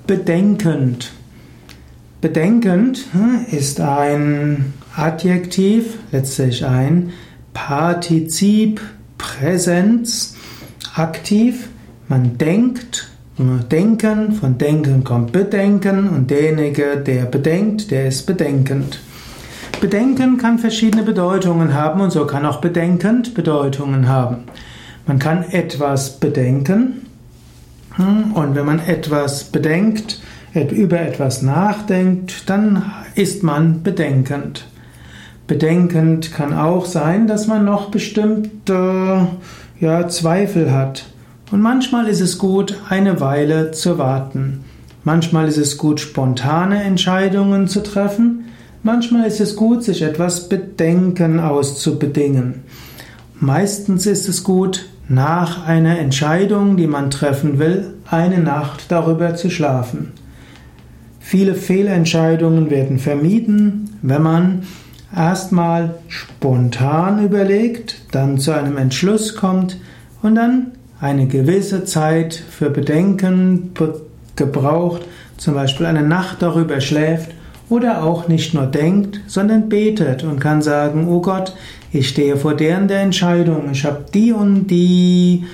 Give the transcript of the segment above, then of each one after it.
bedenkend. Bedenkend ist ein Adjektiv, letztlich ein Partizip Präsens, aktiv. Man denkt, denken, von denken kommt bedenken und derjenige, der bedenkt, der ist bedenkend. Bedenken kann verschiedene Bedeutungen haben und so kann auch bedenkend Bedeutungen haben. Man kann etwas bedenken und wenn man etwas bedenkt, über etwas nachdenkt, dann ist man bedenkend. Bedenkend kann auch sein, dass man noch bestimmte Zweifel hat. Und manchmal ist es gut, eine Weile zu warten. Manchmal ist es gut, spontane Entscheidungen zu treffen. Manchmal ist es gut, sich etwas Bedenken auszubedingen. Meistens ist es gut, nach einer Entscheidung, die man treffen will, eine Nacht darüber zu schlafen. Viele Fehlentscheidungen werden vermieden, wenn man erstmal spontan überlegt, dann zu einem Entschluss kommt und dann eine gewisse Zeit für Bedenken gebraucht, zum Beispiel eine Nacht darüber schläft oder auch nicht nur denkt, sondern betet und kann sagen, oh Gott, ich stehe vor der und der Entscheidung, ich habe die und die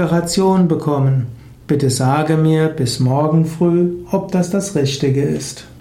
Inspiration bekommen. Bitte sage mir bis morgen früh, ob das Richtige ist.